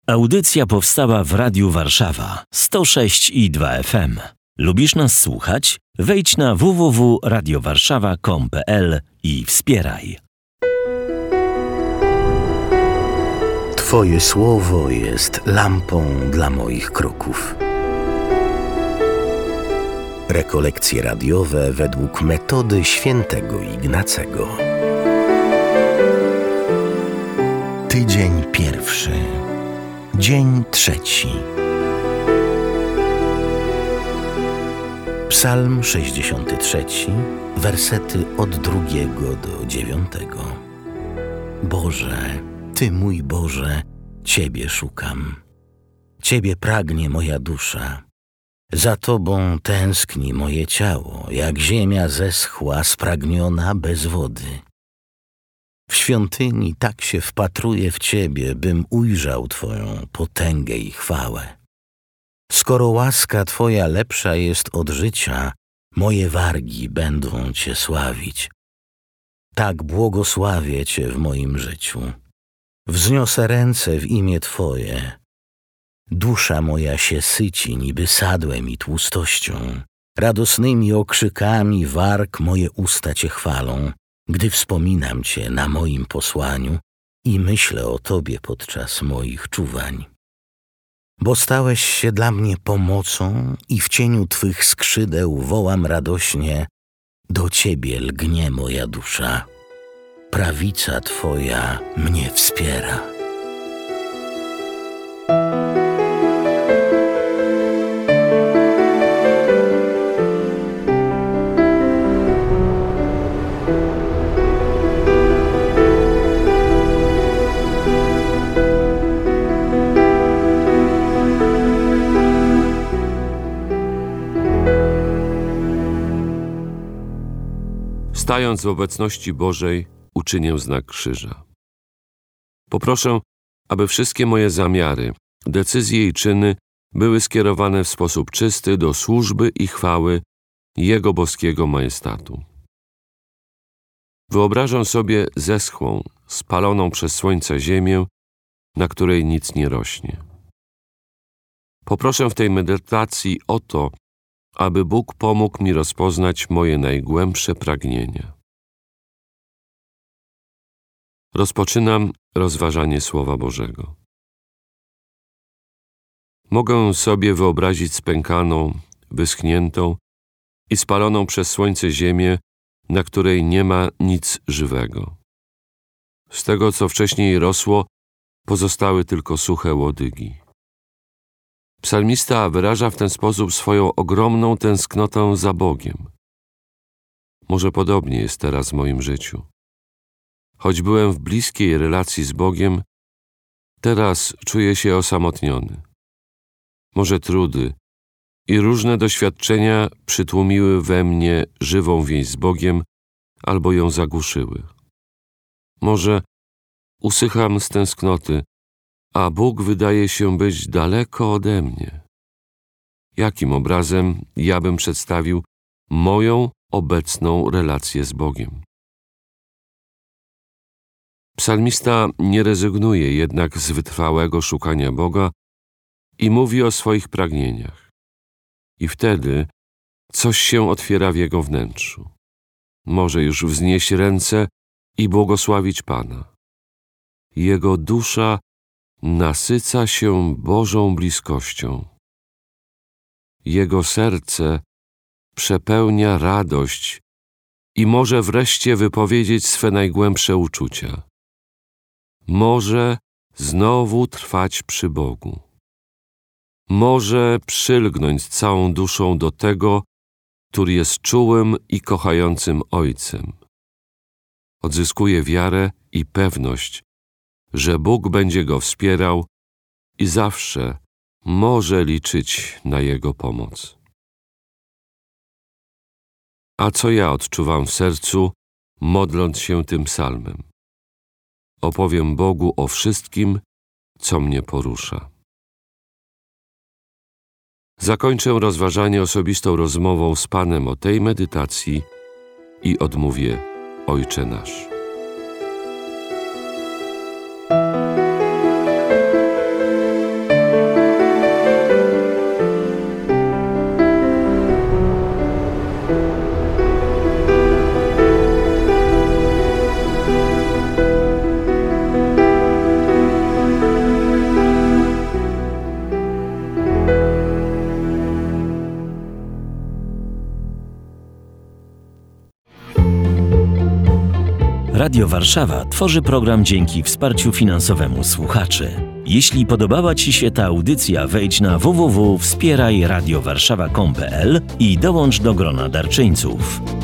Audycja powstała w Radiu Warszawa 106,2 FM. Lubisz nas słuchać? Wejdź na www.radiowarszawa.com.pl i wspieraj. Twoje słowo jest lampą dla moich kroków. Rekolekcje radiowe według metody świętego Ignacego. Tydzień pierwszy. Dzień trzeci. Psalm 63, wersety od 2 do 9. Boże, Ty mój Boże, Ciebie szukam. Ciebie pragnie moja dusza. Za Tobą tęskni moje ciało, jak ziemia zeschła, spragniona bez wody. W świątyni tak się wpatruję w Ciebie, bym ujrzał Twoją potęgę i chwałę. Skoro łaska Twoja lepsza jest od życia, moje wargi będą Cię sławić. Tak błogosławię Cię w moim życiu. Wzniosę ręce w imię Twoje. Dusza moja się syci niby sadłem i tłustością. Radosnymi okrzykami warg moje usta Cię chwalą, gdy wspominam Cię na moim posłaniu i myślę o Tobie podczas moich czuwań. Bo stałeś się dla mnie pomocą i w cieniu Twych skrzydeł wołam radośnie: do Ciebie lgnie moja dusza. Prawica Twoja mnie wspiera. Stając w obecności Bożej, uczynię znak krzyża. Poproszę, aby wszystkie moje zamiary, decyzje i czyny były skierowane w sposób czysty do służby i chwały Jego boskiego majestatu. Wyobrażam sobie zeschłą, spaloną przez słońce ziemię, na której nic nie rośnie. Poproszę w tej medytacji o to, aby Bóg pomógł mi rozpoznać moje najgłębsze pragnienia. Rozpoczynam rozważanie Słowa Bożego. Mogę sobie wyobrazić spękaną, wyschniętą i spaloną przez słońce ziemię, na której nie ma nic żywego. Z tego, co wcześniej rosło, pozostały tylko suche łodygi. Psalmista wyraża w ten sposób swoją ogromną tęsknotę za Bogiem. Może podobnie jest teraz w moim życiu. Choć byłem w bliskiej relacji z Bogiem, teraz czuję się osamotniony. Może trudy i różne doświadczenia przytłumiły we mnie żywą więź z Bogiem albo ją zagłuszyły. Może usycham z tęsknoty, a Bóg wydaje się być daleko ode mnie. Jakim obrazem ja bym przedstawił moją obecną relację z Bogiem? Psalmista nie rezygnuje jednak z wytrwałego szukania Boga i mówi o swoich pragnieniach. I wtedy coś się otwiera w jego wnętrzu. Może już wznieść ręce i błogosławić Pana. Jego dusza nasyca się Bożą bliskością. Jego serce przepełnia radość i może wreszcie wypowiedzieć swe najgłębsze uczucia. Może znowu trwać przy Bogu. Może przylgnąć całą duszą do tego, który jest czułym i kochającym Ojcem. Odzyskuje wiarę i pewność, że Bóg będzie go wspierał i zawsze może liczyć na Jego pomoc. A co ja odczuwam w sercu, modląc się tym psalmem? Opowiem Bogu o wszystkim, co mnie porusza. Zakończę rozważanie osobistą rozmową z Panem o tej medytacji i odmówię Ojcze nasz. Radio Warszawa tworzy program dzięki wsparciu finansowemu słuchaczy. Jeśli podobała Ci się ta audycja, wejdź na www.wspierajradiowarszawa.com.pl i dołącz do grona darczyńców.